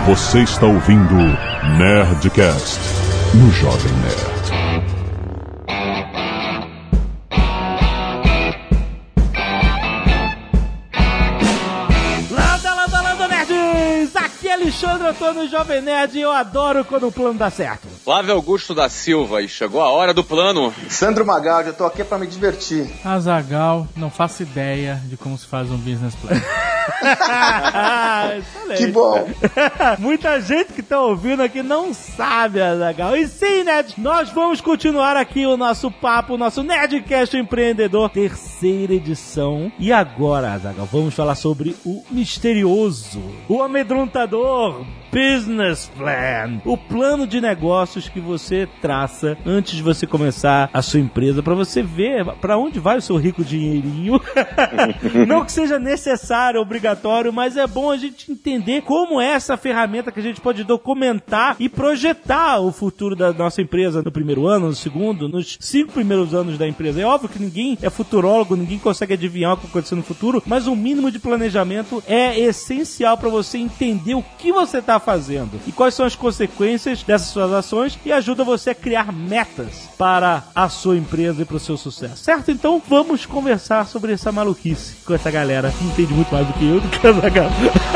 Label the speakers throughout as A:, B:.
A: Você está ouvindo Nerdcast no Jovem Nerd.
B: Alexandre Antônio, Jovem Nerd, e eu adoro quando o plano dá certo.
C: Flávio Augusto da Silva, e chegou a hora do plano.
D: Sandro Magaldi, eu tô aqui pra me divertir.
E: Azaghal, não faço ideia de como se faz um business plan.
D: Que bom.
B: Muita gente que tá ouvindo aqui não sabe, Azaghal. E sim, Nerd, nós vamos continuar aqui o nosso papo, o nosso Nerdcast Empreendedor, terceira edição. E agora, Azaghal, vamos falar sobre o misterioso, o amedrontador Business Plan, o plano de negócios que você traça antes de você começar a sua empresa, para você ver para onde vai o seu rico dinheirinho. Não que seja necessário, obrigatório, mas é bom a gente entender como é essa ferramenta que a gente pode documentar e projetar o futuro da nossa empresa no primeiro ano, no segundo, nos 5 primeiros anos da empresa. É óbvio que ninguém é futurólogo, ninguém consegue adivinhar o que vai acontecer no futuro, mas um mínimo de planejamento é essencial para você entender o que você está fazendo e quais são as consequências dessas suas ações, e ajuda você a criar metas para a sua empresa e para o seu sucesso, certo? Então vamos conversar sobre essa maluquice com essa galera que entende muito mais do que eu, do que a Azaghal.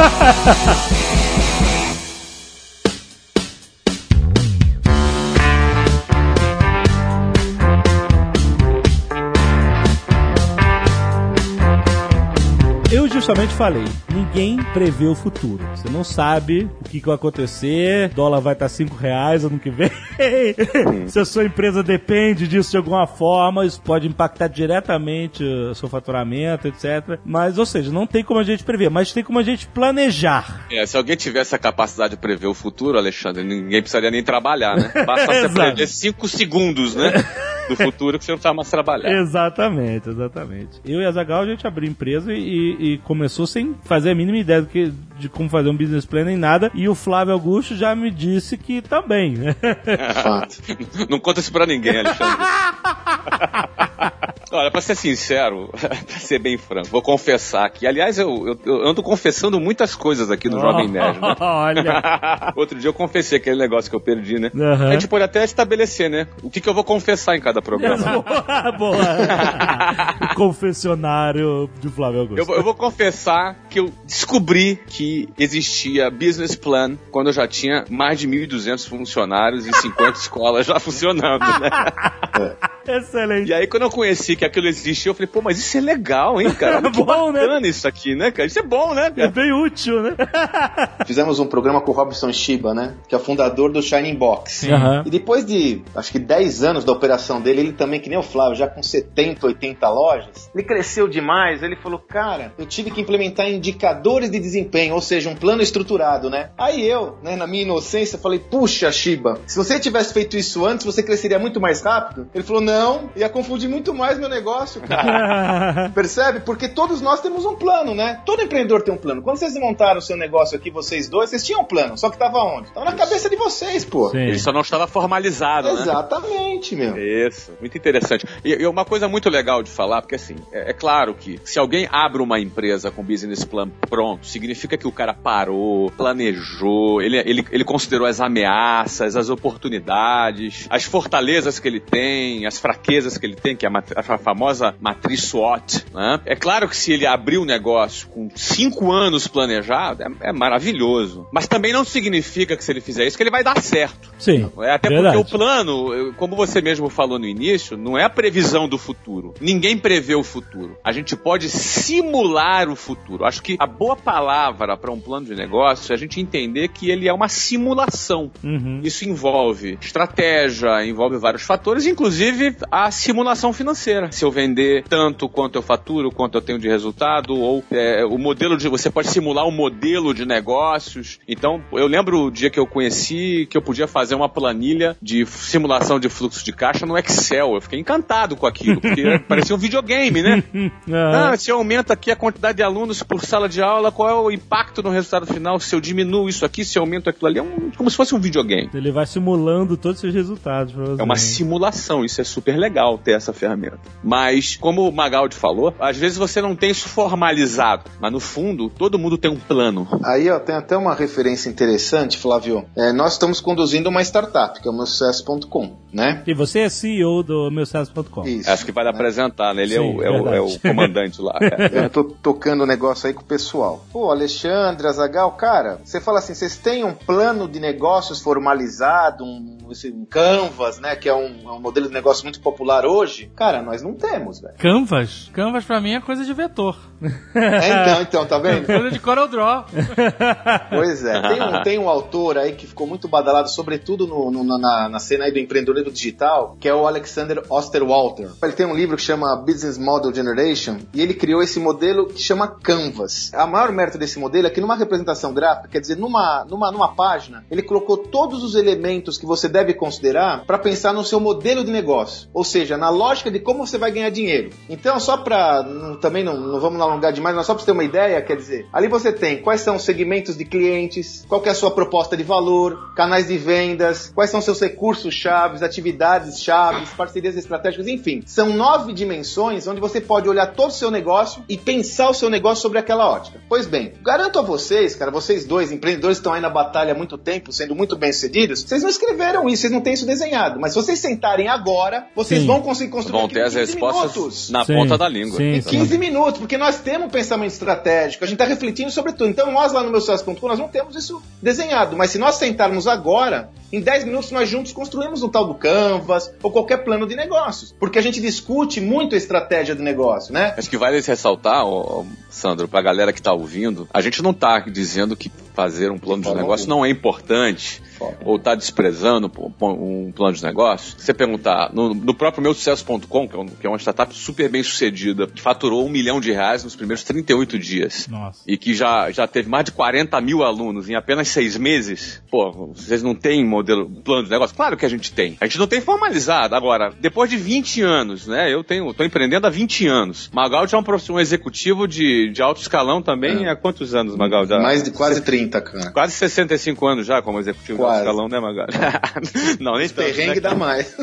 B: Eu justamente falei, ninguém prevê o futuro. Você não sabe o que vai acontecer, dólar vai estar R$5 ano que vem. Se a sua empresa depende disso de alguma forma, isso pode impactar diretamente o seu faturamento, etc. Mas, ou seja, não tem como a gente prever, mas tem como a gente planejar.
C: Se alguém tivesse a capacidade de prever o futuro, Alexandre, ninguém precisaria nem trabalhar, né? Basta você prever 5 segundos, né? Do futuro que você não precisa mais trabalhar.
B: Exatamente. Eu e a Azaghal, a gente abriu empresa e começou sem fazer a mínima ideia de como fazer um business plan nem nada, e o Flávio Augusto já me disse que também.
C: Fato. Não conta isso pra ninguém, Alexandre. Olha, pra ser sincero, pra ser bem franco, vou confessar que, aliás, eu ando confessando muitas coisas aqui no Jovem Nerd, né?
B: Olha!
C: Outro dia eu confessei aquele negócio que eu perdi, né?
B: Uhum.
C: A gente pode até estabelecer, né? O que eu vou confessar em cada programa.
B: Boa! O confessionário de Flávio Augusto.
C: Eu vou confessar que eu descobri que existia business plan quando eu já tinha mais de 1.200 funcionários e 50 escolas já funcionando, né?
B: Excelente.
C: E aí, quando eu conheci que aquilo existia, eu falei, pô, mas isso é legal, hein, cara? Que
B: bom,
C: bacana,
B: né?
C: Isso aqui, né, cara? Isso é bom, né, cara?
B: É bem útil, né?
D: Fizemos um programa com o Robson Shiba, né? Que é o fundador do Shining Box.
B: Uhum.
D: E depois de, acho que 10 anos da operação dele, ele também, que nem o Flávio, já com 70, 80 lojas, ele cresceu demais. Ele falou, cara, eu tive que implementar indicadores de desempenho, ou seja, um plano estruturado, né? Aí eu, né, na minha inocência, falei, puxa, Shiba, se você tivesse feito isso antes, você cresceria muito mais rápido? Ele falou, não, ia confundir muito mais meu negócio, cara. Percebe? Porque todos nós temos um plano, né? Todo empreendedor tem um plano. Quando vocês montaram o seu negócio aqui, vocês dois, vocês tinham um plano, só que tava onde? Tava na cabeça de vocês, pô.
B: Sim.
C: Ele só não estava formalizado, né?
D: Exatamente, meu.
C: Isso, muito interessante. E uma coisa muito legal de falar, porque assim, é claro que se alguém abre uma empresa com business plan pronto, significa que o cara parou, planejou, ele considerou as ameaças, as oportunidades, as fortalezas que ele tem, as fraquezas que ele tem, que é a famosa matriz SWOT, né? É claro que se ele abrir um negócio com 5 anos planejado, é maravilhoso. Mas também não significa que se ele fizer isso, que ele vai dar certo.
B: Sim,
C: Até
B: verdade.
C: porque o plano, como você mesmo falou no início, não é a previsão do futuro. Ninguém prevê o futuro. A gente pode simular o futuro. Acho que a boa palavra para um plano de negócio é a gente entender que ele é uma simulação.
B: Uhum.
C: Isso envolve estratégia, envolve vários fatores, inclusive a simulação financeira. Se eu vender tanto quanto eu faturo, quanto eu tenho de resultado, ou o modelo de... Você pode simular um modelo de negócios. Então, eu lembro o dia que eu conheci que eu podia fazer uma planilha de simulação de fluxo de caixa no Excel. Eu fiquei encantado com aquilo, porque parecia um videogame, né? Se eu aumento aqui a quantidade de alunos por sala de aula, qual é o impacto no resultado final? Se eu diminuo isso aqui, se eu aumento aquilo ali, como se fosse um videogame.
B: Ele vai simulando todos os seus resultados.
C: É uma simulação, isso é super super legal ter essa ferramenta. Mas, como o Magaldi falou, às vezes você não tem isso formalizado, mas no fundo, todo mundo tem um plano.
D: Aí, ó, tem até uma referência interessante, Flávio. Nós estamos conduzindo uma startup, que é o meusucesso.com, né?
B: E você é CEO do meusucesso.com.
D: Isso.
C: Acho que vale apresentar, né? Ele
B: Sim,
C: é o comandante lá.
D: Eu tô tocando o negócio aí com o pessoal. Pô, Alexandre, Azaghal, cara, você fala assim, vocês têm um plano de negócios formalizado, um Canvas, né, que é um modelo de negócio muito popular hoje? Cara, nós não temos, velho.
E: Canvas? Canvas pra mim é coisa de vetor.
D: Então, tá vendo?
E: Coisa de CorelDRAW.
D: Pois é, tem um autor aí que ficou muito badalado, sobretudo na cena aí do empreendedorismo digital, que é o Alexander Osterwalder. Ele tem um livro que chama Business Model Generation, e ele criou esse modelo que chama Canvas. A maior mérito desse modelo é que numa representação gráfica, quer dizer, numa página, ele colocou todos os elementos que você deve considerar para pensar no seu modelo de negócio, ou seja, na lógica de como você vai ganhar dinheiro. Então, só para também não vamos alongar demais, mas só para você ter uma ideia, quer dizer, ali você tem quais são os segmentos de clientes, qual que é a sua proposta de valor, canais de vendas, quais são seus recursos chaves, atividades chaves, parcerias estratégicas, enfim. São 9 dimensões onde você pode olhar todo o seu negócio e pensar o seu negócio sobre aquela ótica. Pois bem, garanto a vocês, cara, vocês dois empreendedores estão aí na batalha há muito tempo, sendo muito bem-sucedidos, vocês não escreveram isso, vocês não têm isso desenhado, mas se vocês sentarem agora, vocês vão conseguir construir
C: vão ter as respostas
D: minutos.
C: Na ponta da língua.
B: Sim,
D: Em 15 minutos, porque nós temos um pensamento estratégico, a gente está refletindo sobre tudo. Então nós lá no meusucesso.com, nós não temos isso desenhado, mas se nós sentarmos agora, em 10 minutos nós juntos construímos um tal do Canvas ou qualquer plano de negócios, porque a gente discute muito a estratégia do negócio, né?
C: Acho que vale ressaltar, Sandro, pra galera que tá ouvindo, a gente não tá dizendo que fazer um plano de negócio não é importante, ou tá desprezando um plano de negócio. Se você perguntar, no próprio meusucesso.com, que é uma startup super bem sucedida, que faturou R$1 milhão nos primeiros 38 dias.
B: Nossa.
C: E que já teve mais de 40 mil alunos em apenas 6 meses. Pô, vocês não têm plano de negócio? Claro que a gente tem. A gente não tem formalizado. Agora, depois de 20 anos, né? Tô empreendendo há 20 anos. Magaldi é um executivo de alto escalão também. Há quantos anos, Magaldi?
D: Mais de quase 30, cara.
C: Quase 65 anos já como executivo de alto escalão, né, Magaldi? Não, nem tanto,
D: perrengue, né? Dá mais.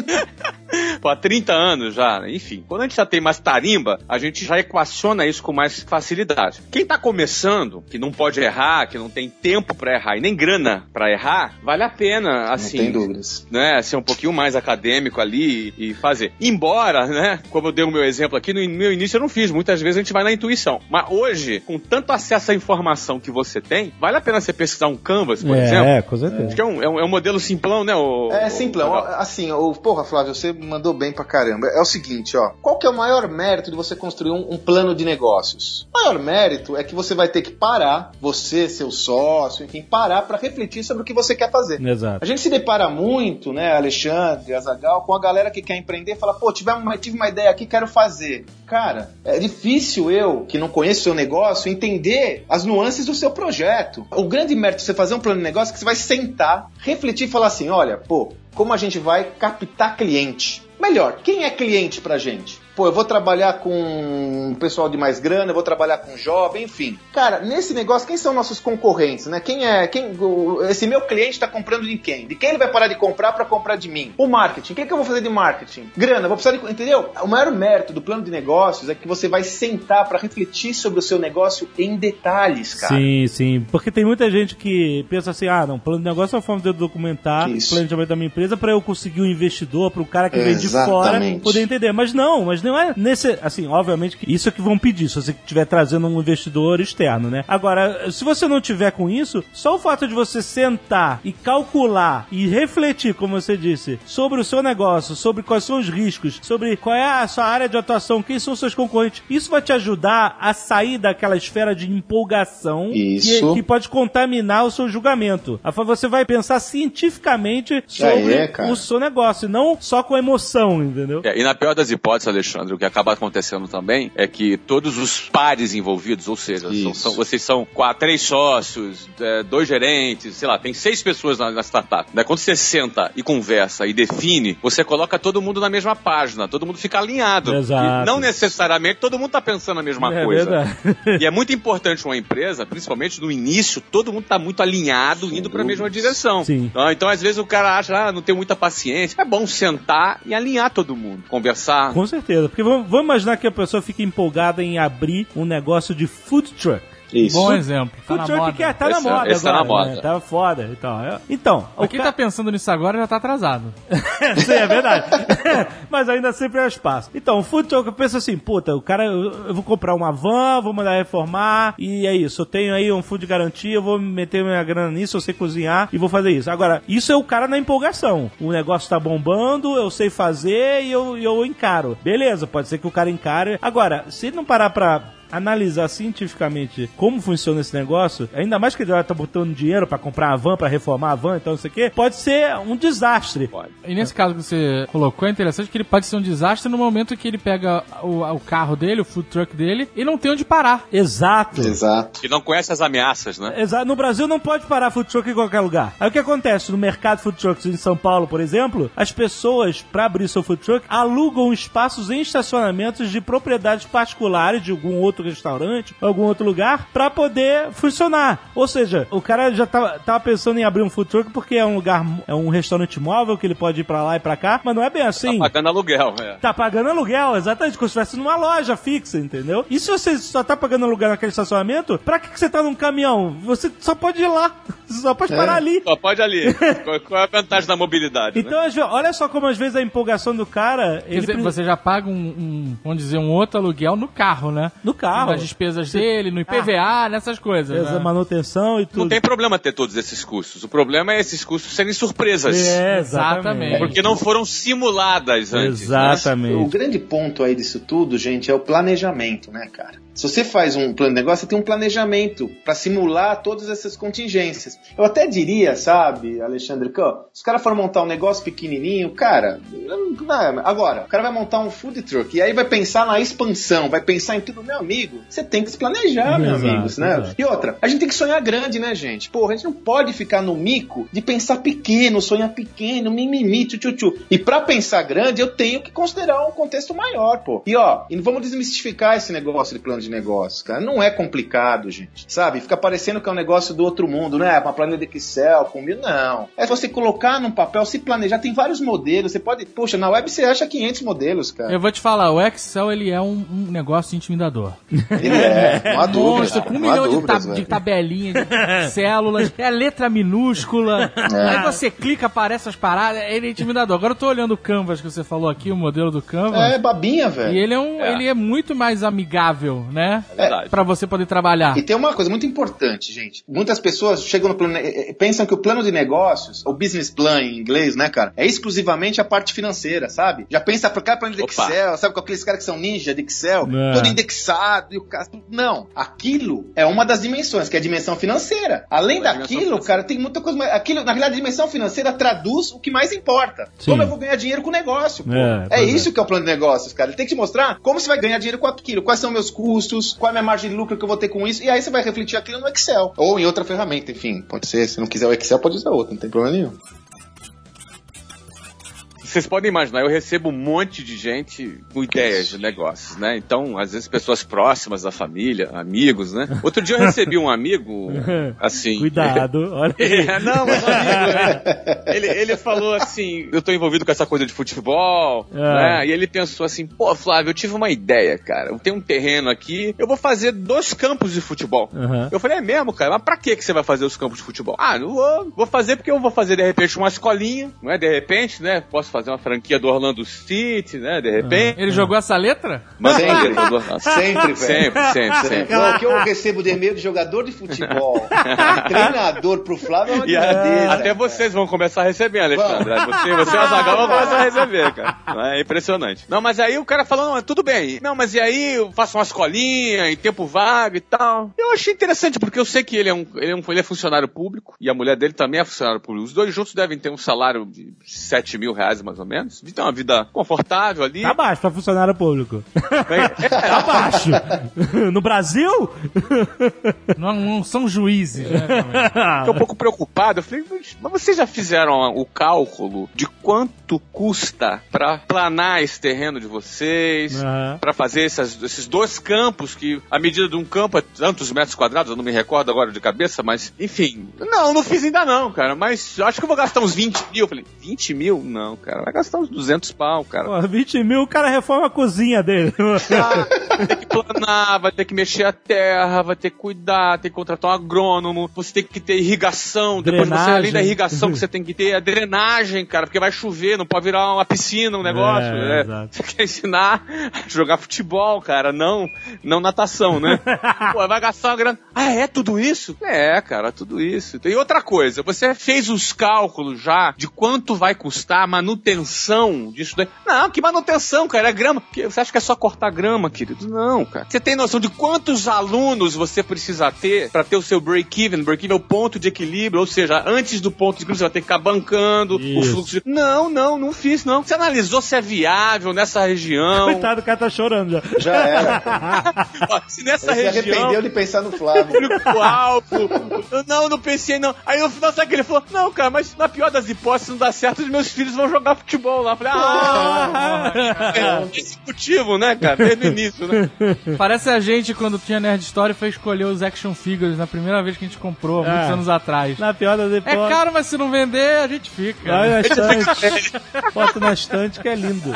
C: Pô, há 30 anos já, enfim. Quando a gente já tem mais tarimba, a gente já equaciona isso com mais facilidade. Quem tá começando, que não pode errar, que não tem tempo pra errar e nem grana pra errar, vale a pena, assim...
D: Não tem dúvidas.
C: Né, ser um pouquinho mais acadêmico ali e fazer. Embora, né, como eu dei o meu exemplo aqui, no meu início eu não fiz. Muitas vezes a gente vai na intuição. Mas hoje, com tanto acesso à informação que você tem, vale a pena você pesquisar um Canvas, por exemplo?
B: É, com certeza.
C: Acho que é um modelo simplão, né?
D: Simplão. Assim, porra, Flávio, você mandou bem pra caramba. É o seguinte, ó. Qual que é o maior mérito de você construir um plano de negócios? O maior mérito é que você vai ter que parar, você, seu sócio, enfim, parar pra refletir sobre o que você quer fazer.
B: Exato.
D: A gente se depara muito, né, Alexandre, Azaghal, com a galera que quer empreender e fala, pô, tive uma ideia aqui, quero fazer. Cara, é difícil eu, que não conheço o seu negócio, entender as nuances do seu projeto. O grande mérito de você fazer um plano de negócio é que você vai sentar, refletir e falar assim, olha, pô, como a gente vai captar cliente? Melhor, quem é cliente pra gente? Pô, eu vou trabalhar com um pessoal de mais grana, eu vou trabalhar com jovem, enfim. Cara, nesse negócio, quem são nossos concorrentes, né? Esse meu cliente tá comprando de quem? De quem ele vai parar de comprar pra comprar de mim? O marketing. O que eu vou fazer de marketing? Grana, vou precisar de... Entendeu? O maior mérito do plano de negócios é que você vai sentar pra refletir sobre o seu negócio em detalhes, cara.
B: Sim, sim. Porque tem muita gente que pensa assim, plano de negócio é uma forma de eu documentar o planejamento da minha empresa pra eu conseguir um investidor, pro cara que vem de fora poder entender. Mas não é nesse... Assim, obviamente que isso é que vão pedir, se você estiver trazendo um investidor externo, né? Agora, se você não tiver com isso, só o fato de você sentar e calcular e refletir, como você disse, sobre o seu negócio, sobre quais são os riscos, sobre qual é a sua área de atuação, quem são os seus concorrentes, isso vai te ajudar a sair daquela esfera de empolgação que pode contaminar o seu julgamento. Você vai pensar cientificamente sobre o seu negócio, e não só com emoção, entendeu?
C: E na pior das hipóteses, Alexandre, Alexandre, o que acaba acontecendo também é que todos os pares envolvidos, ou seja, vocês são 3 sócios, 2 gerentes, sei lá, tem 6 pessoas na startup. Né? Quando você senta e conversa e define, você coloca todo mundo na mesma página, todo mundo fica alinhado.
B: Exato.
C: E não necessariamente todo mundo está pensando a mesma coisa.
B: Verdade.
C: E é muito importante uma empresa, principalmente no início, todo mundo está muito alinhado, indo para a mesma direção.
B: Sim.
C: Então, às vezes o cara acha, não tem muita paciência. É bom sentar e alinhar todo mundo, conversar.
B: Com certeza, porque vamos imaginar que a pessoa fica empolgada em abrir um negócio de food truck.
E: Isso. Bom exemplo. Tá
B: Food truck que tá na moda agora.
C: Tá na moda.
B: Né? Tá foda e tal. Então,
E: quem tá pensando nisso agora já tá atrasado.
B: Sim, é verdade. Mas ainda sempre há espaço. Então, o food truck, eu penso assim, puta, o cara, eu vou comprar uma van, vou mandar reformar, e é isso. Eu tenho aí um food de garantia, eu vou meter minha grana nisso, eu sei cozinhar, e vou fazer isso. Agora, isso é o cara na empolgação. O negócio tá bombando, eu sei fazer, e eu encaro. Beleza, pode ser que o cara encare. Agora, se ele não parar pra analisar cientificamente como funciona esse negócio, ainda mais que ele já tá botando dinheiro pra comprar a van, pra reformar a van, então não sei o quê, pode ser um desastre.
C: Pode.
E: E nesse caso que você colocou, é interessante que ele pode ser um desastre no momento que ele pega o carro dele, o food truck dele, e não tem onde parar.
B: Exato.
C: E não conhece as ameaças, né?
B: Exato. No Brasil não pode parar food truck em qualquer lugar. Aí o que acontece? No mercado food trucks em São Paulo, por exemplo, as pessoas, pra abrir seu food truck, alugam espaços em estacionamentos de propriedades particulares de algum outro restaurante, algum outro lugar, pra poder funcionar. Ou seja, o cara já tava pensando em abrir um food truck porque é um lugar, é um restaurante móvel que ele pode ir pra lá e pra cá, mas não é bem assim.
C: Tá pagando aluguel,
B: Tá pagando aluguel, exatamente, como se estivesse numa loja fixa, entendeu? E se você só tá pagando aluguel naquele estacionamento, pra que você tá num caminhão? Você só pode ir lá, você só pode parar ali.
C: Só pode ali. Qual é a vantagem da mobilidade?
B: Então, né? Olha só como às vezes a empolgação do cara...
E: Você já paga vamos dizer, um outro aluguel no carro, né?
B: No carro.
E: Nas despesas dele, no IPVA, nessas coisas.
B: Né? Manutenção e tudo.
C: Não tem problema ter todos esses custos. O problema é esses custos serem surpresas.
B: Exatamente.
C: Porque não foram simuladas antes.
B: Exatamente.
D: Mas o grande ponto aí disso tudo, gente, é o planejamento, né, cara? Se você faz um plano de negócio, você tem um planejamento para simular todas essas contingências. Eu até diria, sabe, Alexandre, que se os caras forem montar um negócio pequenininho, cara, agora, o cara vai montar um food truck e aí vai pensar na expansão, vai pensar em tudo, meu amigo, você tem que se planejar, meu amigo, né? Exato. E outra, a gente tem que sonhar grande, né, gente? Porra, a gente não pode ficar no mico de pensar pequeno, sonhar pequeno, mimimi, tchu. E pra pensar grande, eu tenho que considerar um contexto maior, pô. E vamos desmistificar esse negócio de plano de negócio, cara. Não é complicado, gente. Sabe? Fica parecendo que é um negócio do outro mundo, né? Uma planilha de Excel, não. É você colocar num papel, se planejar. Tem vários modelos. Você pode... Poxa, na web você acha 500 modelos, cara.
E: Eu vou te falar, o Excel, ele é um negócio intimidador.
D: Ele é. Não há dúvida.
E: Com 1 milhão de tabelinhas, de células, é letra minúscula. Aí você clica, aparece as paradas, ele é intimidador. Agora eu tô olhando o Canvas que você falou aqui, o modelo do Canvas.
D: É babinha, velho.
E: E ele é muito mais amigável, né?
C: É verdade.
E: Pra você poder trabalhar.
D: E tem uma coisa muito importante, gente. Muitas pessoas chegam no plano, pensam que o plano de negócios, o business plan em inglês, né, cara, é exclusivamente a parte financeira, sabe? Já pensa pra cá plano de Excel, sabe, com aqueles caras que são ninja de Excel, todo indexado, e o cara... Não, aquilo é uma das dimensões, que é a dimensão financeira. Além daquilo, cara, tem muita coisa mais... Aquilo, na realidade, a dimensão financeira traduz o que mais importa. Sim. Como eu vou ganhar dinheiro com o negócio, pô. É isso que é o plano de negócios, cara. Ele tem que te mostrar como você vai ganhar dinheiro com aquilo, quais são meus custos, qual é a minha margem de lucro que eu vou ter com isso, e aí você vai refletir aquilo no Excel. Ou em outra ferramenta, enfim. Pode ser, se não quiser o Excel, pode usar outra, não tem problema nenhum.
C: Vocês podem imaginar, eu recebo um monte de gente com ideias de negócios, né? Então, às vezes, pessoas próximas da família, amigos, né? Outro dia eu recebi um amigo, assim...
B: Cuidado, olha aí.
C: Não, mas um amigo, né? Ele falou assim, eu tô envolvido com essa coisa de futebol, né? E ele pensou assim, pô, Flávio, eu tive uma ideia, cara. Eu tenho um terreno aqui, eu vou fazer 2 campos de futebol. Eu falei, é mesmo, cara? Mas pra que você vai fazer os campos de futebol? Não vou fazer porque eu vou fazer, de repente, uma escolinha, não é? De repente, né? Posso fazer uma franquia do Orlando City, né? De repente.
E: Ele jogou essa letra?
D: Sempre, sempre. O que eu recebo de e-mail de jogador de futebol, treinador pro Flávio é uma grandeza.
C: Até vocês vão começar a receber, Alexandre. Você e o Azaghal vão começar a receber, cara. É impressionante. Não, mas aí o cara falou, não, tudo bem. Não, mas e aí eu faço uma escolinha em tempo vago e tal. Eu achei interessante, porque eu sei que ele é funcionário público e a mulher dele também é funcionário público. Os dois juntos devem ter um salário de R$7 mil, mais ou menos, de ter uma vida confortável ali.
B: Tá baixo pra funcionário público. Tá baixo. No Brasil?
E: Não são juízes, né?
C: Fiquei um pouco preocupado. Eu falei, mas vocês já fizeram o cálculo de quanto custa pra planar esse terreno de vocês, pra fazer esses 2 campos, que a medida de um campo é tantos metros quadrados, eu não me recordo agora de cabeça, mas, enfim. Não fiz ainda não, cara, mas eu acho que eu vou gastar uns 20 mil. Eu falei, 20 mil? Não, cara, vai gastar uns 200 pau, cara.
B: Pô, 20 mil, o cara reforma a cozinha dele.
C: Vai ter que planar, vai ter que mexer a terra, vai ter que cuidar, tem que contratar um agrônomo, você tem que ter irrigação, depois você, além da irrigação que você tem que ter, a drenagem, cara, porque vai chover, não pode virar uma piscina, um negócio, né? Você quer ensinar a jogar futebol, cara, não natação, né? Pô, vai gastar uma grana. É tudo isso? Cara, tudo isso. E outra coisa, você fez os cálculos já de quanto vai custar a manutenção disso daí? Não, que manutenção, cara, é grama. Você acha que é só cortar grama, querido? Não, cara. Você tem noção de quantos alunos você precisa ter pra ter o seu break-even? Break-even é o ponto de equilíbrio, ou seja, antes do ponto de equilíbrio você vai ter que ficar bancando o fluxo de... Não fiz, não. Você analisou se é viável nessa região?
B: Coitado, o cara tá chorando já.
D: Já era.
C: Ó, se nessa região...
D: Você arrependeu de pensar no Flávio.
C: Alto. Não pensei, não. Aí no final, sabe que ele falou? Não, cara, mas na pior das hipóteses não dá certo, os meus filhos vão jogar futebol lá. Eu falei, é executivo, né, cara? Desde o início, né?
E: Parece a gente, quando tinha Nerd Story, foi escolher os action figures na primeira vez que a gente comprou, muitos anos atrás.
B: Na pior das hipóteses.
E: É caro, mas se não vender, a gente fica.
B: Vai na estante. Bota na estante que é lindo.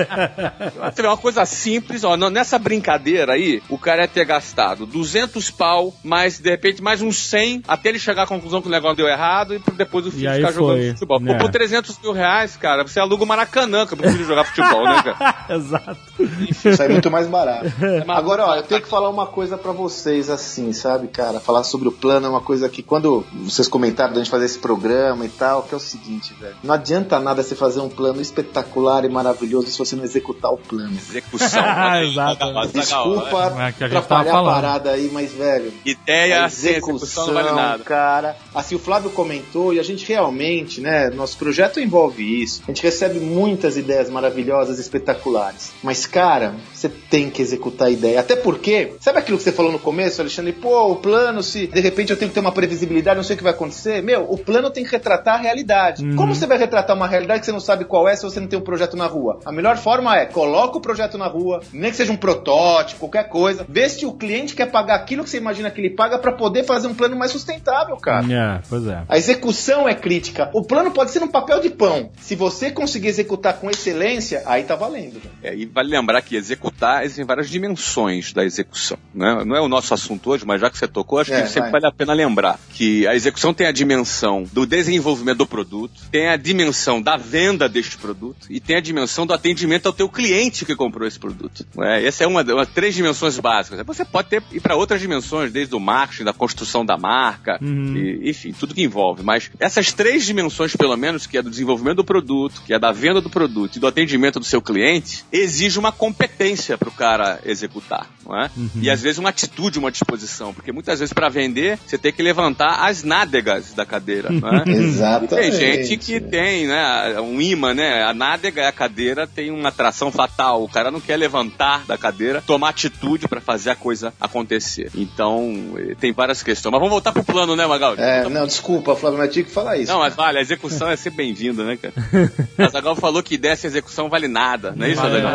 C: Você vê uma coisa simples, ó, nessa brincadeira aí, o cara ia ter gastado 200 pau, mas de repente mais uns 100, até ele chegar à conclusão que o negócio deu errado e depois o filho ficar jogando futebol. Pô, por 300 mil reais, cara, você aluga o Maracanã pro filho jogar futebol, né, cara?
B: Exato.
D: Isso é muito mais barato. Agora, ó, eu tenho que falar uma coisa pra vocês, assim, sabe, cara? Falar sobre o plano é uma coisa que quando vocês comentaram da gente fazer esse programa e tal, que é o seguinte, velho. Não adianta nada você fazer um plano espetacular e maravilhoso se você não executar o plano.
C: Execução.
B: Exato.
D: Desculpa atrapalhar a parada aí, mas, velho...
C: Ideia sem execução não vale nada.
D: Cara, assim, o Flávio comentou e a gente realmente, né, nosso projeto envolve isso. A gente recebe muitas ideias maravilhosas, espetaculares. Mas, cara, você tem que executar a ideia. Até porque, sabe aquilo que você falou no começo, Alexandre? Pô, o plano, se de repente eu tenho que ter uma previsibilidade, não sei o que vai acontecer. Meu, o plano tem que retratar a realidade. Como você vai retratar uma realidade que você não sabe qual é se você não tem um projeto na rua? A melhor forma é, coloca o projeto na rua, nem que seja um protótipo, qualquer coisa. Vê se o cliente quer pagar aquilo que você imagina que ele paga pra poder fazer um plano mais sustentável, cara.
B: Pois é.
D: A execução é crítica. O plano pode ser um papel de pão. Se você conseguir executar com excelência, aí tá valendo.
C: E vale lembrar que executar existem várias dimensões da execução, né? Não é o nosso assunto hoje, mas já que você tocou, acho que sempre vale a pena lembrar que a execução tem a dimensão do desenvolvimento do produto, tem a dimensão da venda deste produto e tem a dimensão do atendimento ao teu cliente que comprou esse produto. Essa é uma 3 dimensões básicas. Você pode ir para outras dimensões, desde o marketing, da construção da marca, e, enfim, tudo que envolve. Mas essas 3 dimensões, pelo menos, que é do desenvolvimento do produto, que é da venda do produto e do atendimento do seu cliente, exige uma competência para o cara executar, não é? E às vezes uma atitude, uma disposição, porque muitas vezes para vender você tem que levantar as nádegas da cadeira, não é?
D: Exatamente.
C: E tem gente que tem, né, um imã, né? A nádega e a cadeira tem uma atração fatal. O cara não quer levantar da cadeira, tomar atitude para fazer a coisa acontecer. Então, tem várias questões. Mas vamos voltar pro plano, né, Magal?
D: Não, desculpa, Flávio, mas tinha que falar isso.
C: Não, mas vale, a execução é sempre bem-vinda, né, cara? A Zagal falou que ideia sem execução vale nada, não é isso, Zagal?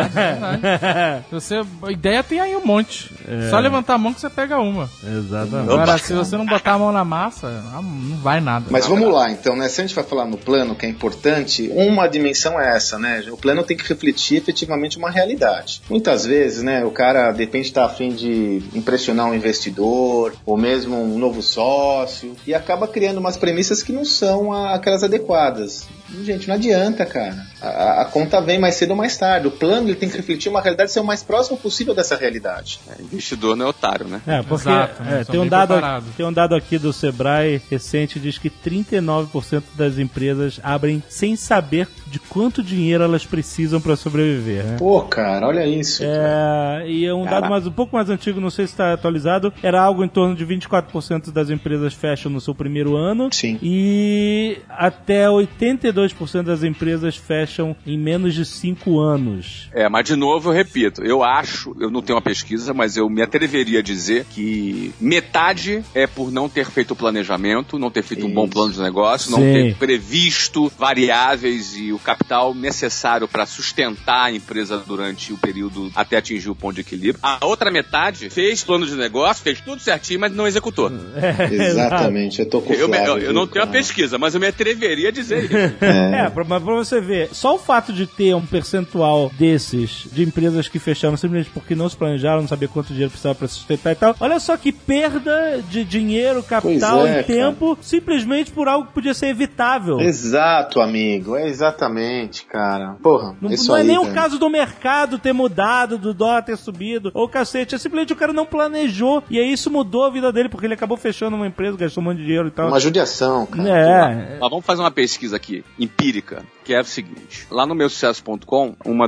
E: A ideia tem aí um monte. Só levantar a mão que você pega uma.
B: Exatamente.
E: Agora, se você não botar a mão na massa, não vai nada.
D: Mas vamos lá, então, né? Se a gente vai falar no plano, que é importante, uma dimensão é essa, né? O plano tem que refletir efetivamente uma realidade. Muitas vezes, né, o cara, de repente, tá a fim de impressionar um investidor, ou mesmo um novo sócio, e acaba criando umas premissas que não são aquelas adequadas. Gente, não adianta, cara. A conta vem mais cedo ou mais tarde. O plano ele tem que refletir uma realidade e ser o mais próximo possível dessa realidade.
C: Investidor não é otário, né?
B: Porque
E: Exato,
B: tem um dado aqui do Sebrae recente, diz que 39% das empresas abrem sem saber de quanto dinheiro elas precisam para sobreviver, né?
D: Pô, cara, olha isso.
B: E é um dado um pouco mais antigo, não sei se está atualizado, era algo em torno de 24% das empresas fecham no seu primeiro ano.
D: Sim.
B: E até 82% 62% das empresas fecham em menos de 5 anos.
C: Mas de novo eu repito, eu não tenho uma pesquisa, mas eu me atreveria a dizer que metade é por não ter feito o planejamento, não ter feito um bom plano de negócio, não ter previsto variáveis e o capital necessário para sustentar a empresa durante o período até atingir o ponto de equilíbrio. A outra metade fez plano de negócio, fez tudo certinho, mas não executou.
D: Exatamente, eu tô com o Flávio.
C: Eu não tenho uma pesquisa, mas eu me atreveria a dizer isso.
B: Mas pra você ver, só o fato de ter um percentual desses, de empresas que fecharam simplesmente porque não se planejaram, não sabia quanto dinheiro precisava pra sustentar e tal, olha só que perda de dinheiro, capital e tempo, simplesmente por algo que podia ser evitável.
D: Exato, amigo, exatamente, cara. Porra,
B: não é nem o caso do mercado ter mudado, do dólar ter subido, ou cacete, é simplesmente o cara não planejou, e aí isso mudou a vida dele, porque ele acabou fechando uma empresa, gastou um monte de dinheiro e tal.
D: Uma judiação, cara.
C: Mas vamos fazer uma pesquisa aqui, empírica, que é o seguinte, lá no meusucesso.com, uma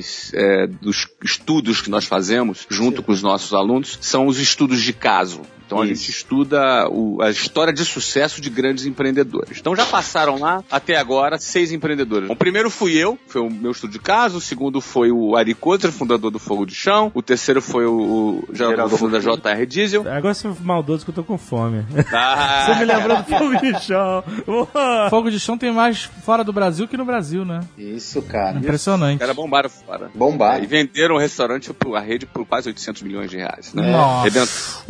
C: dos estudos que nós fazemos, junto com os nossos alunos, são os estudos de caso. Então a gente estuda a história de sucesso de grandes empreendedores. Então já passaram lá, até agora, 6 empreendedores. O primeiro fui eu, foi o meu estudo de caso. O segundo foi o Ari Kozer, fundador do Fogo de Chão. O terceiro foi o Geraldo da JR Diesel.
B: Agora você foi maldoso que eu tô com fome. Você me lembrou do Fogo de Chão.
E: Fogo de Chão tem mais fora do Brasil que no Brasil, né?
D: Isso, cara.
E: Impressionante.
C: Os caras bombaram fora.
D: Bombaram.
C: E venderam o restaurante, a rede, por quase 800 milhões de reais. Né?
E: Nossa.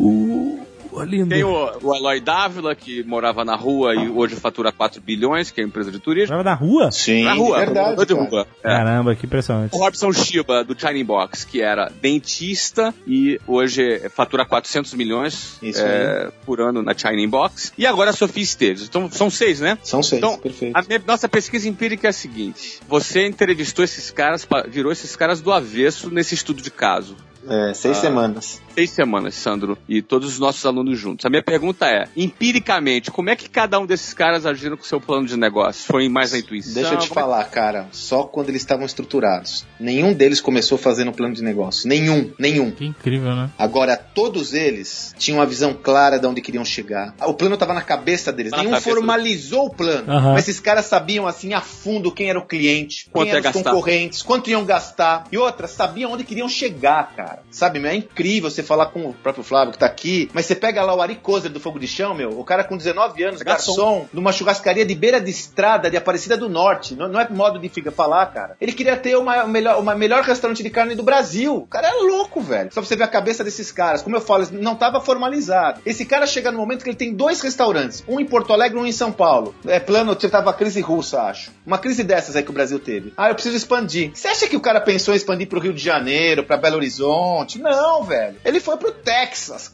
B: Lindo.
C: Tem o Eloy Dávila, que morava na rua e hoje fatura 4 bilhões, que é a empresa de turismo.
B: Morava na rua?
C: Sim, na rua,
D: verdade.
C: De rua.
B: Caramba, que impressionante.
C: O Robson Shiba, do China Box, que era dentista e hoje fatura 400 milhões por ano na China Box. E agora a Sofia Esteves. Então, são 6, né?
D: São 6,
C: então,
D: perfeito.
C: Nossa pesquisa empírica é a seguinte. Você entrevistou esses caras, virou esses caras do avesso nesse estudo de caso.
D: 6 semanas.
C: 6 semanas, Sandro, e todos os nossos alunos juntos. A minha pergunta é, empiricamente, como é que cada um desses caras agiram com o seu plano de negócio? Foi mais a intuição?
D: Deixa eu te falar, cara, só quando eles estavam estruturados. Nenhum deles começou fazendo um plano de negócio. Nenhum.
E: Que incrível, né?
D: Agora, todos eles tinham uma visão clara de onde queriam chegar. O plano estava na cabeça deles. Nenhum formalizou o plano. Mas esses caras sabiam, assim, a fundo quem era o cliente, quem eram os concorrentes, quanto iam gastar. E outra, sabiam onde queriam chegar, cara. Sabe, é incrível você falar com o próprio Flávio que tá aqui, mas você pega lá o Ari Kozer do Fogo de Chão, o cara com 19 anos, garçom, numa churrascaria de beira de estrada de Aparecida do Norte, não é modo de falar, cara. Ele queria ter o melhor restaurante de carne do Brasil. O cara é louco, velho. Só pra você ver a cabeça desses caras. Como eu falo, não tava formalizado. Esse cara chega no momento que ele tem 2 restaurantes, um em Porto Alegre e um em São Paulo. Tava a crise russa, acho. Uma crise dessas aí que o Brasil teve. Eu preciso expandir. Você acha que o cara pensou em expandir pro Rio de Janeiro, pra Belo Horizonte? Não, velho. Ele foi pro Texas,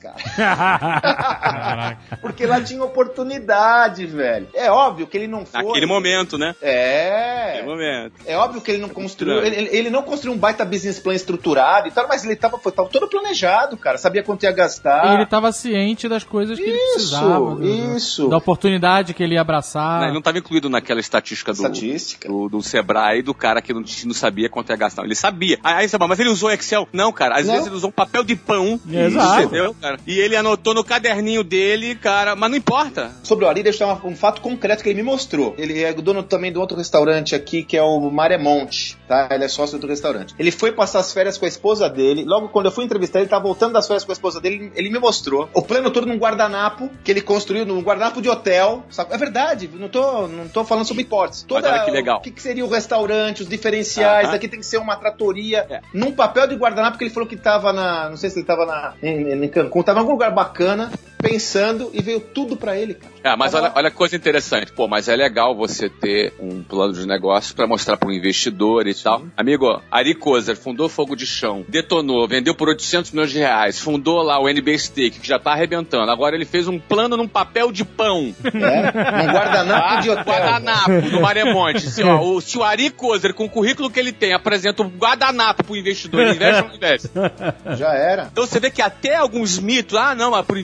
D: cara. Porque lá tinha oportunidade, velho. É óbvio que ele não foi...
C: Naquele momento, né?
D: Naquele
C: momento.
D: É óbvio que ele não construiu... Ele não construiu um baita business plan estruturado e tal, mas ele tava todo planejado, cara. Sabia quanto ia gastar.
E: E ele tava ciente das coisas que ele precisava. Da oportunidade que ele ia abraçar.
C: Ele não tava incluído naquela estatística do Sebrae, do cara que não sabia quanto ia gastar. Ele sabia. Mas ele usou Excel? Não, cara. Às vezes ele usou um papel de pão.
B: Exato.
C: Entendeu, cara? E ele anotou no caderninho dele, cara, mas não importa.
D: Sobre o Ari, deixa eu dar um fato concreto que ele me mostrou. Ele é dono também de outro restaurante aqui, que é o Maremonte, tá? Ele é sócio do restaurante. Ele foi passar as férias com a esposa dele. Logo quando eu fui entrevistar, ele tava voltando das férias com a esposa dele. Ele me mostrou o plano todo num guardanapo que ele construiu, num guardanapo de hotel. Sabe? É verdade, não tô falando sobre hipótese.
C: Mas olha que legal.
D: O que seria o restaurante, os diferenciais, daqui tem que ser uma tratoria. Num papel de guardanapo que ele falou que tava não sei se ele tava em Cancún, tava em algum lugar bacana, pensando, e veio tudo pra ele, cara.
C: Mas olha que coisa interessante. Mas é legal você ter um plano de negócio pra mostrar pro investidor e tal. Amigo, Ari Kozer fundou Fogo de Chão, detonou, vendeu por 800 milhões de reais, fundou lá o NB Steak, que já tá arrebentando. Agora ele fez um plano num papel de pão.
D: Um guardanapo de hotel.
C: Guardanapo no Maremonte. Se o Ari Kozer, com o currículo que ele tem, apresenta um guardanapo pro investidor, ele investe ou não investe?
D: Já era.
C: Então você vê que até alguns mitos, mas pro investidor, claro,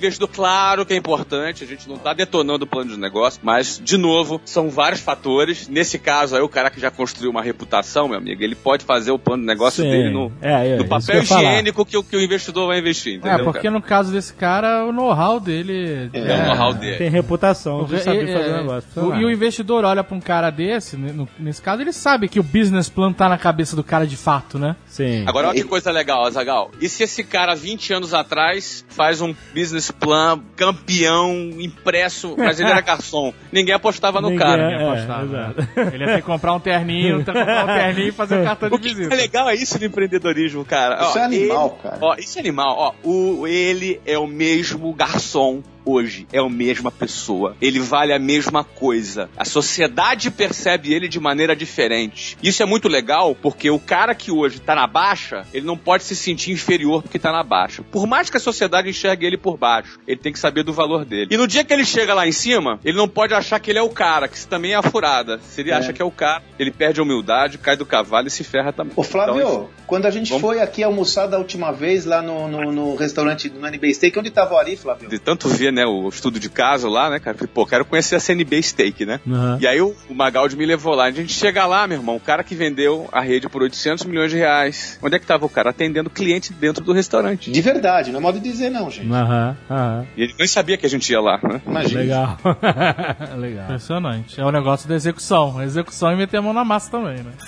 C: claro que é importante, a gente não tá detonando o plano de negócio, mas, de novo, são vários fatores. Nesse caso aí, o cara que já construiu uma reputação, meu amigo, ele pode fazer o plano de negócio dele no papel higiênico que o investidor vai investir, entendeu?
E: Porque no caso desse cara, o know-how dele...
C: o know-how dele.
B: Tem reputação de saber fazer o negócio.
E: E o investidor olha pra um cara desse, nesse caso, ele sabe que o business plan tá na cabeça do cara de fato, né?
B: Sim.
C: Agora, olha que coisa legal, Azaghal. E se esse cara, 20 anos atrás, faz um business plan campeão, impresso, mas ele era garçom? Ninguém apostava no cara.
E: Ninguém apostava. Ele ia ter que comprar um terninho, e fazer um cartão de visita.
C: O que é legal é isso do empreendedorismo, cara.
D: Isso é animal, cara.
C: Isso é animal. Ele é o mesmo garçom hoje, é a mesma pessoa. Ele vale a mesma coisa. A sociedade percebe ele de maneira diferente. Isso é muito legal, porque o cara que hoje tá na baixa, ele não pode se sentir inferior porque tá na baixa. Por mais que a sociedade enxergue ele por baixo, ele tem que saber do valor dele. E no dia que ele chega lá em cima, ele não pode achar que ele é o cara, que isso também é a furada. Se ele acha que é o cara, ele perde a humildade, cai do cavalo e se ferra também.
D: Ô Flávio, então, quando a gente foi aqui almoçar da última vez lá no restaurante do NB Steak, onde tava o Ari, Flávio?
C: De tanto ver, né, o estudo de caso lá, né, cara? Falei, quero conhecer a CNB Steak, né? Uhum. E aí o Magaldi me levou lá. A gente chega lá, meu irmão, o cara que vendeu a rede por 800 milhões de reais. Onde é que tava o cara? Atendendo cliente dentro do restaurante.
D: De verdade, não é modo de dizer não, gente.
C: E ele nem sabia que a gente ia lá, né?
B: Imagina. Legal.
E: Legal. Impressionante. É o negócio da execução. A execução e meter a mão na massa também, né?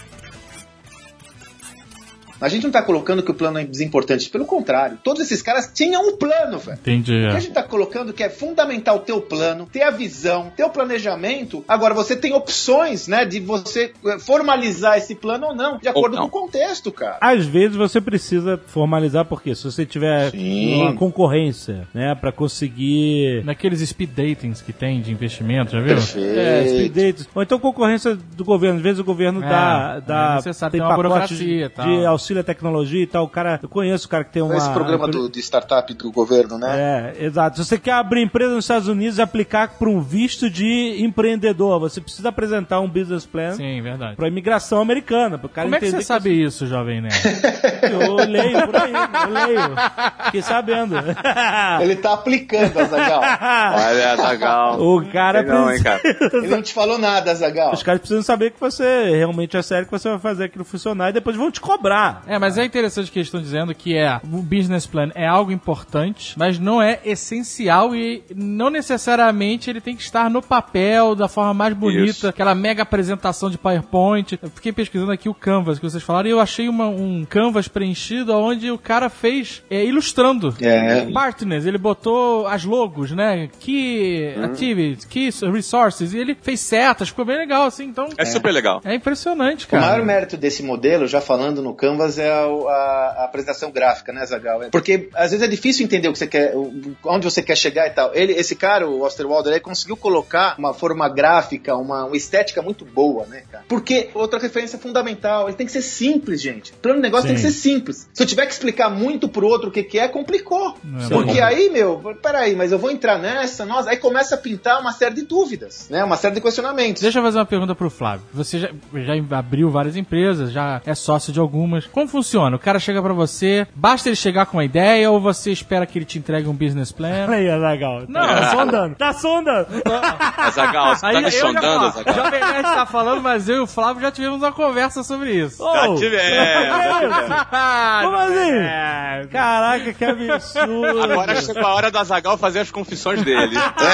D: A gente não tá colocando que o plano é desimportante. Pelo contrário, todos esses caras tinham um plano, velho.
E: Entendi.
D: O que a gente tá colocando que é fundamental o teu plano, ter a visão, ter o planejamento. Agora, você tem opções, né, de você formalizar esse plano ou não, de acordo com o contexto, cara.
B: Às vezes você precisa formalizar, porque se você tiver uma concorrência, né, pra conseguir...
E: Naqueles speed datings que tem de investimento, já viu?
D: Perfeito.
B: Speed datings. Ou então concorrência do governo. Às vezes o governo dá
E: tem uma burocracia e tal.
B: De auxílio à tecnologia e tal. Eu conheço o cara que tem uma...
D: Esse programa de startup do governo, né?
B: Exato. Se você quer abrir empresa nos Estados Unidos e aplicar para um visto de empreendedor, você precisa apresentar um business plan.
E: Sim, verdade.
B: Para a imigração americana. Pro cara
E: Como é que você sabe isso, jovem nerd?
B: Eu leio por aí, Fiquei sabendo.
D: Ele tá aplicando, Azaghal.
C: Olha, Azaghal.
B: O cara
C: precisa...
D: Ele não te falou nada, Azaghal.
B: Os caras precisam saber que você realmente é sério, que você vai fazer aquilo funcionar e depois vão te cobrar.
E: Mas é interessante que eles estão dizendo que o business plan é algo importante, mas não é essencial e não necessariamente ele tem que estar no papel da forma mais bonita, aquela mega apresentação de PowerPoint. Eu fiquei pesquisando aqui o Canvas que vocês falaram e eu achei um Canvas preenchido onde o cara fez ilustrando. Partners, ele botou as logos, né? Key Activities, Key Resources, e ele fez setas, ficou bem legal, assim, então...
C: É super legal.
E: É impressionante, cara.
D: O maior mérito desse modelo, já falando no Canvas, é a apresentação gráfica, né, Azaghal? Porque às vezes é difícil entender o que você quer, onde você quer chegar e tal. Esse cara, o Osterwalder, ele conseguiu colocar uma forma gráfica, uma estética muito boa, né, cara? Porque outra referência fundamental, ele tem que ser simples, gente. O plano de negócio tem que ser simples. Se eu tiver que explicar muito pro outro o que é, complicou. Porque aí, peraí, mas eu vou entrar nessa, nossa, aí começa a pintar uma série de dúvidas, né? Uma série de questionamentos.
E: Deixa eu fazer uma pergunta pro Flávio. Você já abriu várias empresas, já é sócio de algumas. Como funciona? O cara chega pra você, basta ele chegar com uma ideia ou você espera que ele te entregue um business plan?
B: Aí, Azaghal. Não, tá sondando. Tá sondando.
C: Azaghal, você tá me sondando, Azaghal?
E: O Jovem Nerd tá falando, mas eu e o Flávio já tivemos uma conversa sobre isso.
C: Já tivemos.
B: Como assim? Caraca, que absurdo.
C: Agora chegou a hora do Azaghal fazer as confissões dele.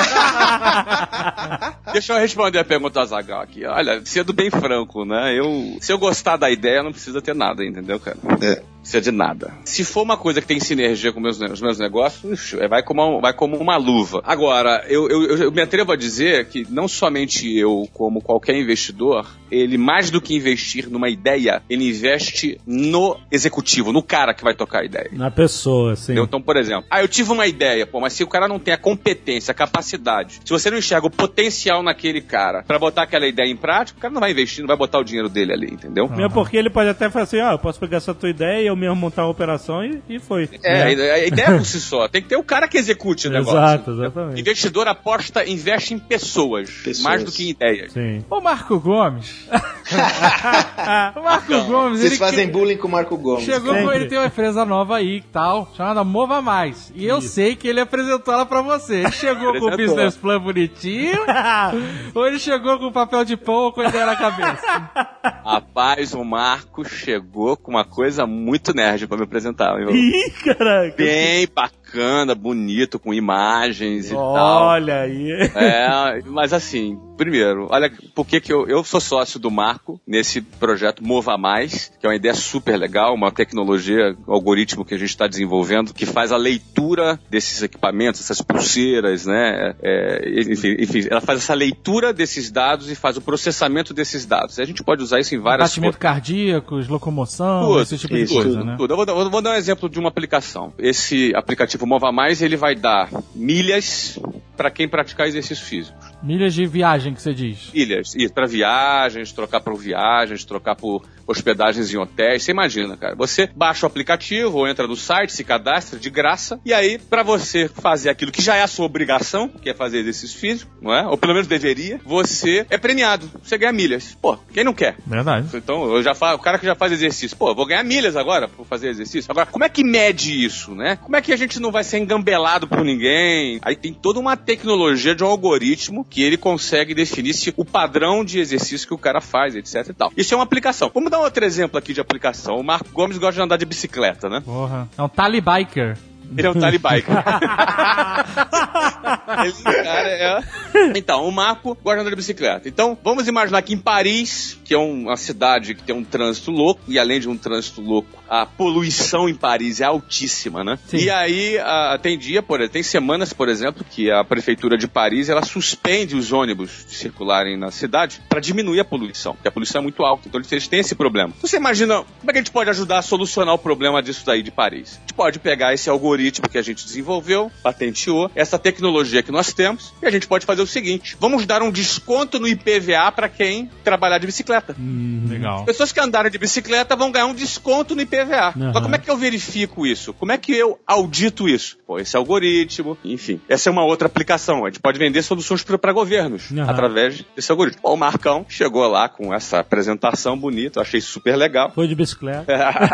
C: Deixa eu responder a pergunta do Azaghal aqui. Olha, sendo bem franco, né? Se eu gostar da ideia, não precisa ter nada, entendeu, cara? Precisa de nada. Se for uma coisa que tem sinergia com os meus negócios, vai como uma luva. Agora, eu me atrevo a dizer que não somente eu, como qualquer investidor, ele mais do que investir numa ideia, ele investe no executivo, no cara que vai tocar a ideia.
B: Na pessoa, sim.
C: Então, por exemplo, eu tive uma ideia, mas se o cara não tem a competência, a capacidade, se você não enxerga o potencial naquele cara pra botar aquela ideia em prática, o cara não vai investir, não vai botar o dinheiro dele ali, entendeu?
B: Mesmo porque ele pode até falar assim, eu posso pegar essa tua ideia e eu mesmo montar a operação e foi.
C: A ideia por si só. Tem que ter o cara que execute o negócio.
B: Exato, exatamente.
C: Investidor investe em pessoas, mais do que em ideias.
B: Sim.
E: O Marco Gomes. O Marco Gomes,
D: Vocês fazem bullying com o Marco Gomes.
E: Ele tem uma empresa nova aí e tal, chamada Mova Mais. E eu sei que ele apresentou ela pra você. Ele chegou com o business plan bonitinho, ou ele chegou com papel de pão ou com a ideia na cabeça?
C: Rapaz, o Marco chegou com uma coisa muito nerd pra me apresentar.
B: Ih, caraca.
C: Bem bacana, bonito, com imagens e tal.
B: Olha aí.
C: Mas assim, primeiro, olha por que eu sou sócio do Marco nesse projeto Mova Mais, que é uma ideia super legal, uma tecnologia, algoritmo que a gente está desenvolvendo, que faz a leitura desses equipamentos, essas pulseiras, né? Enfim, ela faz essa leitura desses dados e faz o processamento desses dados. A gente pode usar isso em várias...
E: Batimento cardíaco, locomoção, esse tipo de coisa, né?
C: Tudo. Eu vou dar um exemplo de uma aplicação. Esse aplicativo Mova Mais, ele vai dar milhas para quem praticar exercícios físicos.
E: Milhas de viagem, que você diz.
C: Milhas, isso, para viagens, trocar por viagens, trocar por hospedagens em hotéis. Você imagina, cara. Você baixa o aplicativo ou entra no site, se cadastra de graça, e aí, para você fazer aquilo que já é a sua obrigação, que é fazer exercício físico, não é? Ou pelo menos deveria, você é premiado. Você ganha milhas. Pô, quem não quer?
E: Verdade.
C: Então, o cara que já faz exercício, pô, eu vou ganhar milhas agora por fazer exercício. Agora, como é que mede isso, né? Como é que a gente não vai ser engambelado por ninguém? Aí tem toda uma tecnologia de um algoritmo que ele consegue definir se o padrão de exercício que o cara faz, etc e tal. Isso é uma aplicação. Vamos dar um outro exemplo aqui de aplicação. O Marco Gomes gosta de andar de bicicleta, né?
E: Porra. É um talibiker.
C: Ele é um talibiker. Então, o Marco gosta de andar de bicicleta. Então, vamos imaginar que em Paris, que é uma cidade que tem um trânsito louco, e além de um trânsito louco, a poluição em Paris é altíssima, né? Sim. E aí, tem semanas, por exemplo, que a prefeitura de Paris, ela suspende os ônibus de circularem na cidade para diminuir a poluição, porque a poluição é muito alta. Então, eles têm esse problema. Então, você imagina, como é que a gente pode ajudar a solucionar o problema disso daí de Paris? A gente pode pegar esse algoritmo que a gente desenvolveu, patenteou, essa tecnologia que nós temos, e a gente pode fazer o seguinte: vamos dar um desconto no IPVA para quem trabalhar de bicicleta.
E: Legal.
C: As pessoas que andarem de bicicleta vão ganhar um desconto no IPVA. Mas como é que eu verifico isso? Como é que eu audito isso? Pô, esse algoritmo, enfim. Essa é uma outra aplicação. A gente pode vender soluções para governos através desse algoritmo. Bom, o Marcão chegou lá com essa apresentação bonita, eu achei super legal.
B: Foi de bicicleta.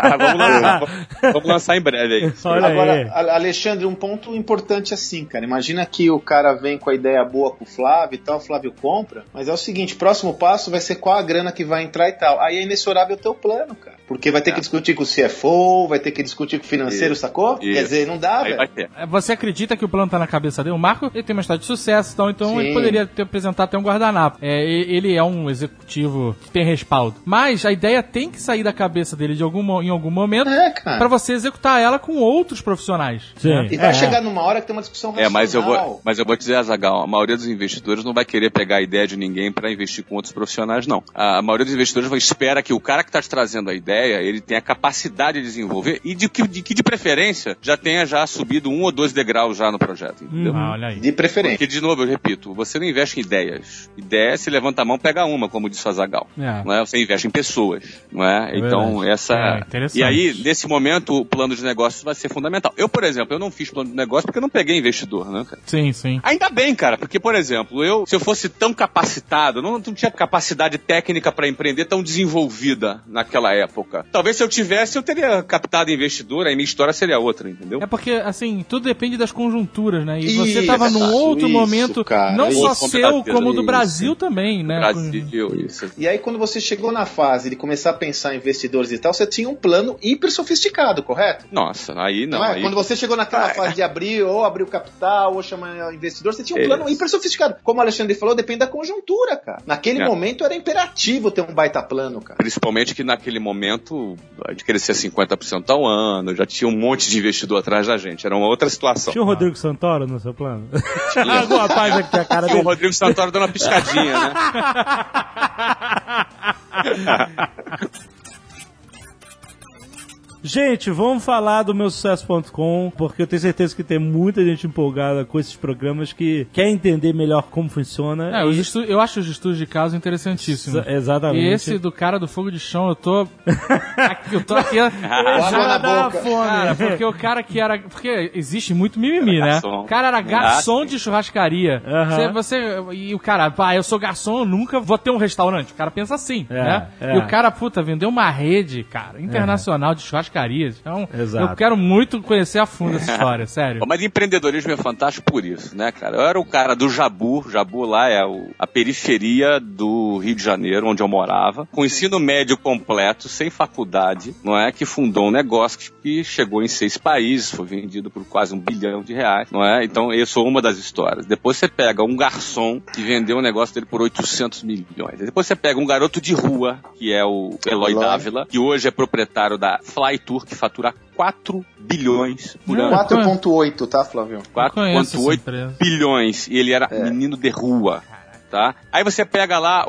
C: Vamos lançar em breve aí.
D: Agora, Alexandre, um ponto importante assim, cara. Imagina que o cara vem com a ideia boa com o Flávio e tal, o Flávio compra, mas é o seguinte, próximo passo vai ser qual a grana que vai entrar e tal. Aí é inexorável o teu plano, cara. Porque vai ter que discutir com o CFO, vai ter que discutir com o financeiro, sacou? Quer dizer, não dá, velho.
E: Você acredita que o plano tá na cabeça dele? O Marco, ele tem uma história de sucesso, então ele poderia ter apresentado até um guardanapo. Ele é um executivo que tem respaldo. Mas a ideia tem que sair da cabeça dele em algum momento pra você executar ela com outros profissionais.
B: Sim.
E: Né?
D: E vai chegar numa hora que tem uma discussão racional.
C: Mas eu vou dizer, Azaghal, a maioria dos investidores não vai querer pegar a ideia de ninguém para investir com outros profissionais, não. A maioria dos investidores espera que o cara que está te trazendo a ideia, ele tenha capacidade de desenvolver e de preferência já tenha subido 1 ou 2 degraus já no projeto, entendeu?
E: Olha aí.
D: De preferência.
C: Porque, de novo, eu repito, você não investe em ideias. Ideia, se levanta a mão, pega uma, como disse o Azaghal. Não é? Você investe em pessoas, não é? Então, e aí, nesse momento, o plano de negócios vai ser fundamental. Eu, por exemplo, eu não fiz plano de negócio porque eu não peguei investidor, né, cara?
E: Sim, sim.
C: Ainda bem, cara, porque, por exemplo, se eu fosse tão capacitado, não tinha capacidade técnica para empreender tão desenvolvida naquela época. Talvez se eu tivesse, eu teria captado investidor, aí minha história seria outra, entendeu?
E: É porque, assim, tudo depende das conjunturas, né? E você tava num outro momento,
D: cara,
E: não só seu, como do Brasil também, né?
C: Brasil, isso.
D: E aí, quando você chegou na fase de começar a pensar em investidores e tal, você tinha um plano hiper sofisticado, correto?
C: Nossa, aí não.
D: Aí... Quando você chegou naquela fase de abrir o capital, ou chamar investidor, você tinha um plano hiper sofisticado. Como o Alexandre falou, depende da conjuntura, cara. Naquele momento era imperativo ter um baita plano, cara.
C: Principalmente que naquele momento a gente crescia 50% ao ano, já tinha um monte de investidor atrás da gente. Era uma outra situação.
B: Tinha o Rodrigo Santoro no seu plano? Algum rapaz aqui tem a cara dele.
C: O Rodrigo Santoro dando uma piscadinha, né?
B: Gente, vamos falar do meusucesso.com, porque eu tenho certeza que tem muita gente empolgada com esses programas que quer entender melhor como funciona.
E: Eu acho os estudos de caso interessantíssimos.
B: Exatamente.
E: E esse do cara do fogo de chão, eu tô aqui
D: água na boca.
E: Cara, porque o cara que era... Porque existe muito mimimi, né?
C: Garçom.
E: O cara era garçom de churrascaria.
B: Uhum.
E: E o cara, eu sou garçom, eu nunca vou ter um restaurante. O cara pensa assim, né? E o cara, vendeu uma rede, cara, internacional de churrascarias. Então, eu quero muito conhecer a fundo essa história, sério.
C: Mas empreendedorismo é fantástico por isso, né, cara? Eu era o cara do Jabu. Jabu lá é a periferia do Rio de Janeiro, onde eu morava, com ensino médio completo, sem faculdade, não é? Que fundou um negócio que chegou em 6 países, foi vendido por quase R$1 bilhão, não é? Então, eu sou uma das histórias. Depois você pega um garçom que vendeu um negócio dele por 800 milhões. Depois você pega um garoto de rua, que é o Eloy Dávila, que hoje é proprietário da Flytour, que fatura 4 bilhões por ano.
D: 4,8, tá, Flávio?
C: 4,8 bilhões. E ele era menino de rua. Tá? Aí você pega lá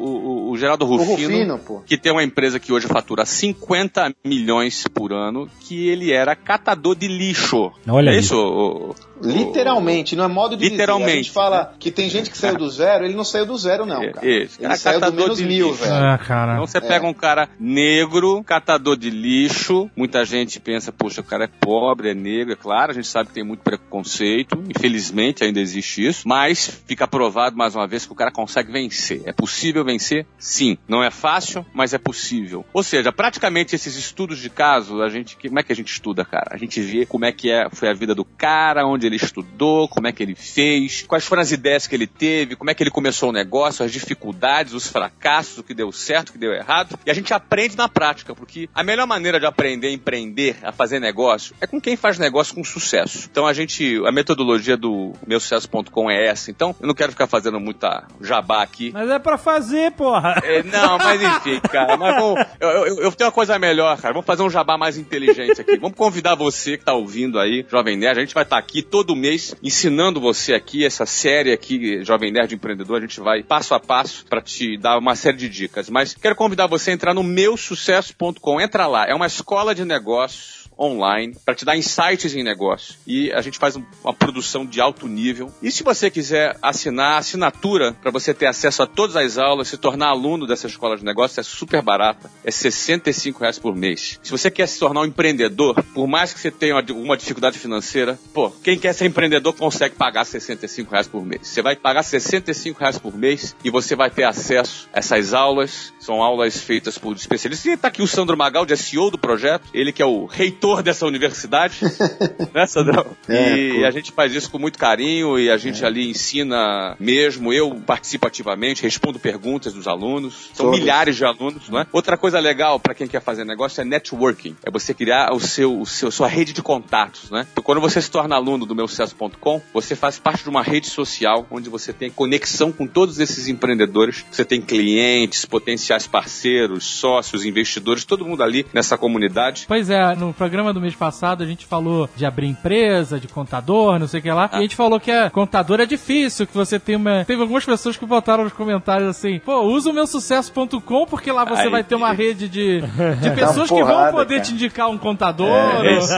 C: o Geraldo Rufino, que tem uma empresa que hoje fatura 50 milhões por ano, que ele era catador de lixo.
B: Olha
C: isso.
D: Literalmente, não é modo de
C: literalmente,
D: dizer. A gente fala que tem gente que saiu do zero, ele não saiu do zero, não, cara.
C: Isso.
D: Ele saiu do menos 1000, velho.
E: Cara.
C: Então você pega um cara negro, catador de lixo, muita gente pensa, poxa, o cara é pobre, é negro, é claro, a gente sabe que tem muito preconceito, infelizmente ainda existe isso, mas fica provado mais uma vez que o cara consegue vencer. É possível vencer? Sim. Não é fácil, mas é possível. Ou seja, praticamente esses estudos de caso, como é que a gente estuda, cara? A gente vê como é que foi a vida do cara, onde ele estudou, como é que ele fez, quais foram as ideias que ele teve, como é que ele começou o negócio, as dificuldades, os fracassos, o que deu certo, o que deu errado. E a gente aprende na prática, porque a melhor maneira de aprender a empreender, a fazer negócio, é com quem faz negócio com sucesso. Então a metodologia do meusucesso.com é essa. Então, eu não quero ficar fazendo muita jabá aqui.
B: Mas é pra fazer, porra.
C: Não, mas enfim, cara. Mas eu tenho uma coisa melhor, cara. Vamos fazer um jabá mais inteligente aqui. Vamos convidar você que tá ouvindo aí, Jovem Nerd. A gente vai estar aqui todo mês ensinando você aqui, essa série aqui, Jovem Nerd Empreendedor. A gente vai passo a passo pra te dar uma série de dicas. Mas quero convidar você a entrar no meusucesso.com. Entra lá. É uma escola de negócios online, para te dar insights em negócio. E a gente faz uma produção de alto nível. E se você quiser assinar a assinatura para você ter acesso a todas as aulas, se tornar aluno dessa escola de negócio, é super barata. É R$65 por mês. Se você quer se tornar um empreendedor, por mais que você tenha uma dificuldade financeira, quem quer ser empreendedor consegue pagar R$65 por mês. Você vai pagar R$65 por mês e você vai ter acesso a essas aulas. São aulas feitas por especialistas. E tá aqui o Sandro Magaldi, é CEO do projeto. Ele que é o reitor dessa universidade, né, Sandrão? E a gente faz isso com muito carinho e a gente ali ensina mesmo. Eu participo ativamente, respondo perguntas dos alunos. São milhares de alunos, não é? Outra coisa legal para quem quer fazer negócio é networking. É você criar sua rede de contatos, né? Então, quando você se torna aluno do meusucesso.com, você faz parte de uma rede social onde você tem conexão com todos esses empreendedores. Você tem clientes, potenciais parceiros, sócios, investidores, todo mundo ali nessa comunidade.
E: Pois é, no programa do mês passado a gente falou de abrir empresa, de contador, não sei o que lá. E a gente falou que contador é difícil, que você tem Teve algumas pessoas que botaram nos comentários assim, usa o meusucesso.com porque lá você vai ter uma rede de pessoas que vão poder te indicar um contador.
C: Isso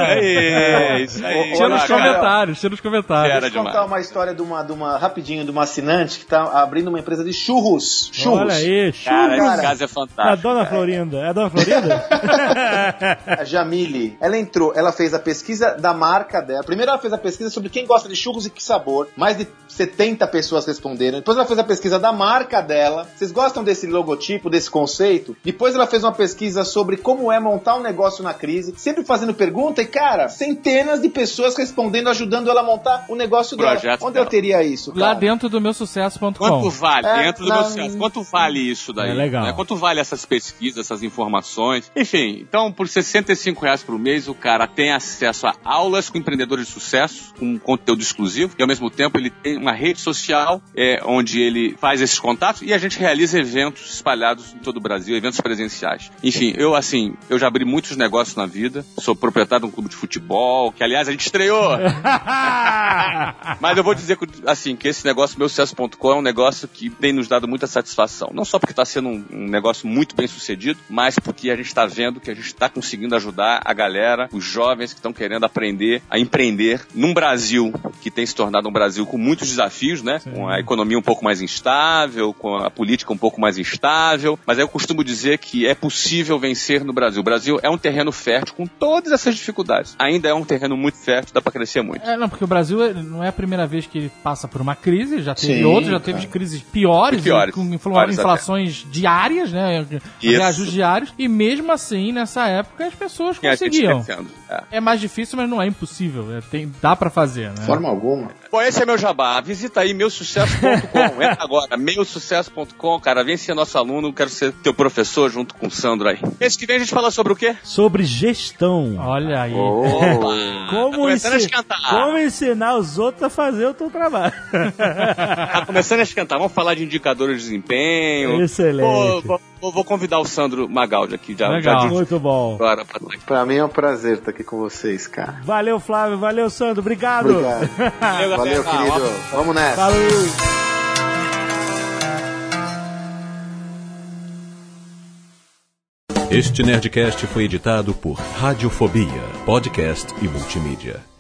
C: aí.
E: Tira nos comentários.
D: Deixa eu contar uma história rapidinho, de uma assinante que tá abrindo uma empresa de churros.
B: Olha aí, churros.
C: Cara, esse caso é fantástico.
B: A dona Florinda. É a dona Florinda?
D: A Jamile. Ela fez a pesquisa da marca dela. Primeiro ela fez a pesquisa sobre quem gosta de churros e que sabor. Mais de 70 pessoas responderam. Depois ela fez a pesquisa da marca dela. Vocês gostam desse logotipo, desse conceito? Depois ela fez uma pesquisa sobre como é montar um negócio na crise. Sempre fazendo pergunta e, cara, centenas de pessoas respondendo, ajudando ela a montar o negócio dela. Onde eu teria isso, cara?
E: Lá dentro do meusucesso.com.
C: Quanto vale? Dentro do meusucesso. Quanto vale isso daí?
B: É legal.
C: Né? Quanto vale essas pesquisas, essas informações? Enfim, então por R$65 por mês, vez o cara tem acesso a aulas com empreendedores de sucesso, com conteúdo exclusivo, e ao mesmo tempo ele tem uma rede social onde ele faz esses contatos e a gente realiza eventos espalhados em todo o Brasil, eventos presenciais. Enfim, eu já abri muitos negócios na vida, sou proprietário de um clube de futebol, que aliás a gente estreou! Mas eu vou dizer que esse negócio, meusucesso.com, é um negócio que tem nos dado muita satisfação. Não só porque está sendo um negócio muito bem sucedido, mas porque a gente está vendo que a gente está conseguindo ajudar a galera, os jovens que estão querendo aprender a empreender num Brasil que tem se tornado um Brasil com muitos desafios, né? Sim. Com a economia um pouco mais instável, com a política um pouco mais instável. Mas aí eu costumo dizer que é possível vencer no Brasil. O Brasil é um terreno fértil com todas essas dificuldades. Ainda é um terreno muito fértil, dá para crescer muito.
E: Não, porque o Brasil não é a primeira vez que ele passa por uma crise, já teve outras, já teve crises piores. Com inflações diárias, né? Reajustes diários. E mesmo assim, nessa época, as pessoas conseguiam. É mais difícil, mas não é impossível. Dá pra fazer, né?
D: Forma alguma.
C: Bom, esse é meu jabá. Visita aí meusucesso.com. Entra agora, meusucesso.com. Cara, vem ser nosso aluno. Quero ser teu professor junto com o Sandro aí. Esse que vem a gente fala sobre o quê?
B: Sobre gestão.
E: Olha aí.
B: Como ensinar os outros a fazer o teu trabalho.
C: Tá começando a esquentar. Vamos falar de indicadores de desempenho.
B: Excelente.
C: Vou convidar o Sandro Magaldi aqui. Já
B: muito bom.
D: Pra mim é um prazer estar aqui com vocês, cara.
B: Valeu, Flávio. Valeu, Sandro. Obrigado.
D: Valeu, querido. Vamos nessa.
B: Falou.
A: Este Nerdcast foi editado por Radiofobia, podcast e multimídia.